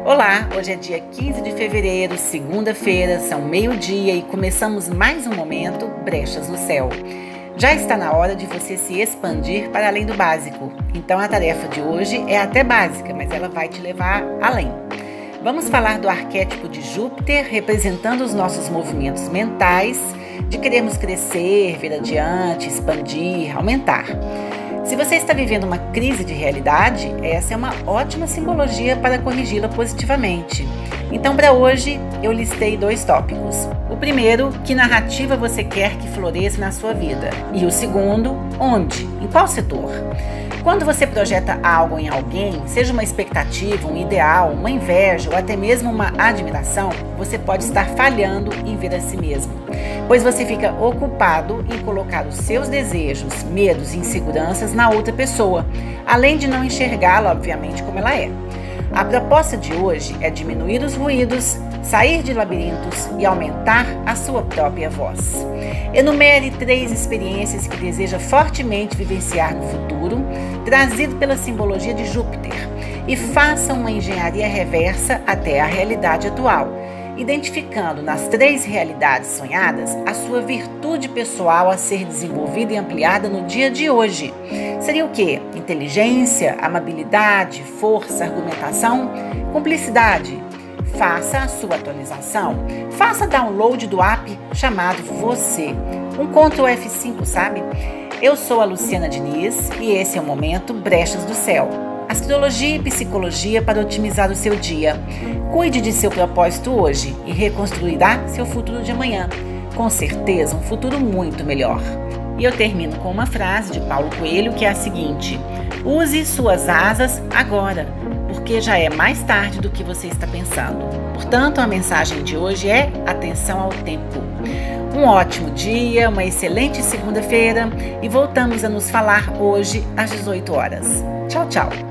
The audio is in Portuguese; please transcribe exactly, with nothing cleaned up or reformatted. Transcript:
Olá, hoje é dia quinze de fevereiro, segunda-feira, são meio-dia e começamos mais um momento Brechas no Céu. Já está na hora de você se expandir para além do básico. Então a tarefa de hoje é até básica, mas ela vai te levar além. Vamos falar do arquétipo de Júpiter, representando os nossos movimentos mentais, de queremos crescer, vir adiante, expandir, aumentar. Se você está vivendo uma crise de realidade, essa é uma ótima simbologia para corrigi-la positivamente. Então, para hoje, eu listei dois tópicos. O primeiro, que narrativa você quer que floresça na sua vida? E o segundo, onde? Em qual setor? Quando você projeta algo em alguém, seja uma expectativa, um ideal, uma inveja ou até mesmo uma admiração, você pode estar falhando em ver a si mesmo, pois você fica ocupado em colocar os seus desejos, medos e inseguranças na outra pessoa, além de não enxergá-la, obviamente, como ela é. A proposta de hoje é diminuir os ruídos, sair de labirintos e aumentar a sua própria voz. Enumere três experiências que deseja fortemente vivenciar no futuro, trazido pela simbologia de Júpiter, e faça uma engenharia reversa até a realidade atual, identificando nas três realidades sonhadas a sua virtude pessoal a ser desenvolvida e ampliada no dia de hoje. Seria o quê? Inteligência, amabilidade, força, argumentação, cumplicidade. Faça a sua atualização. Faça download do app chamado Você. Um Ctrl F cinco, sabe? Eu sou a Luciana Diniz e esse é o Momento Brechas do Céu. Astrologia e psicologia para otimizar o seu dia. Cuide de seu propósito hoje e reconstruirá seu futuro de amanhã. Com certeza, um futuro muito melhor. E eu termino com uma frase de Paulo Coelho que é a seguinte: use suas asas agora, porque já é mais tarde do que você está pensando. Portanto, a mensagem de hoje é atenção ao tempo. Um ótimo dia, uma excelente segunda-feira e voltamos a nos falar hoje às dezoito horas. Tchau, tchau!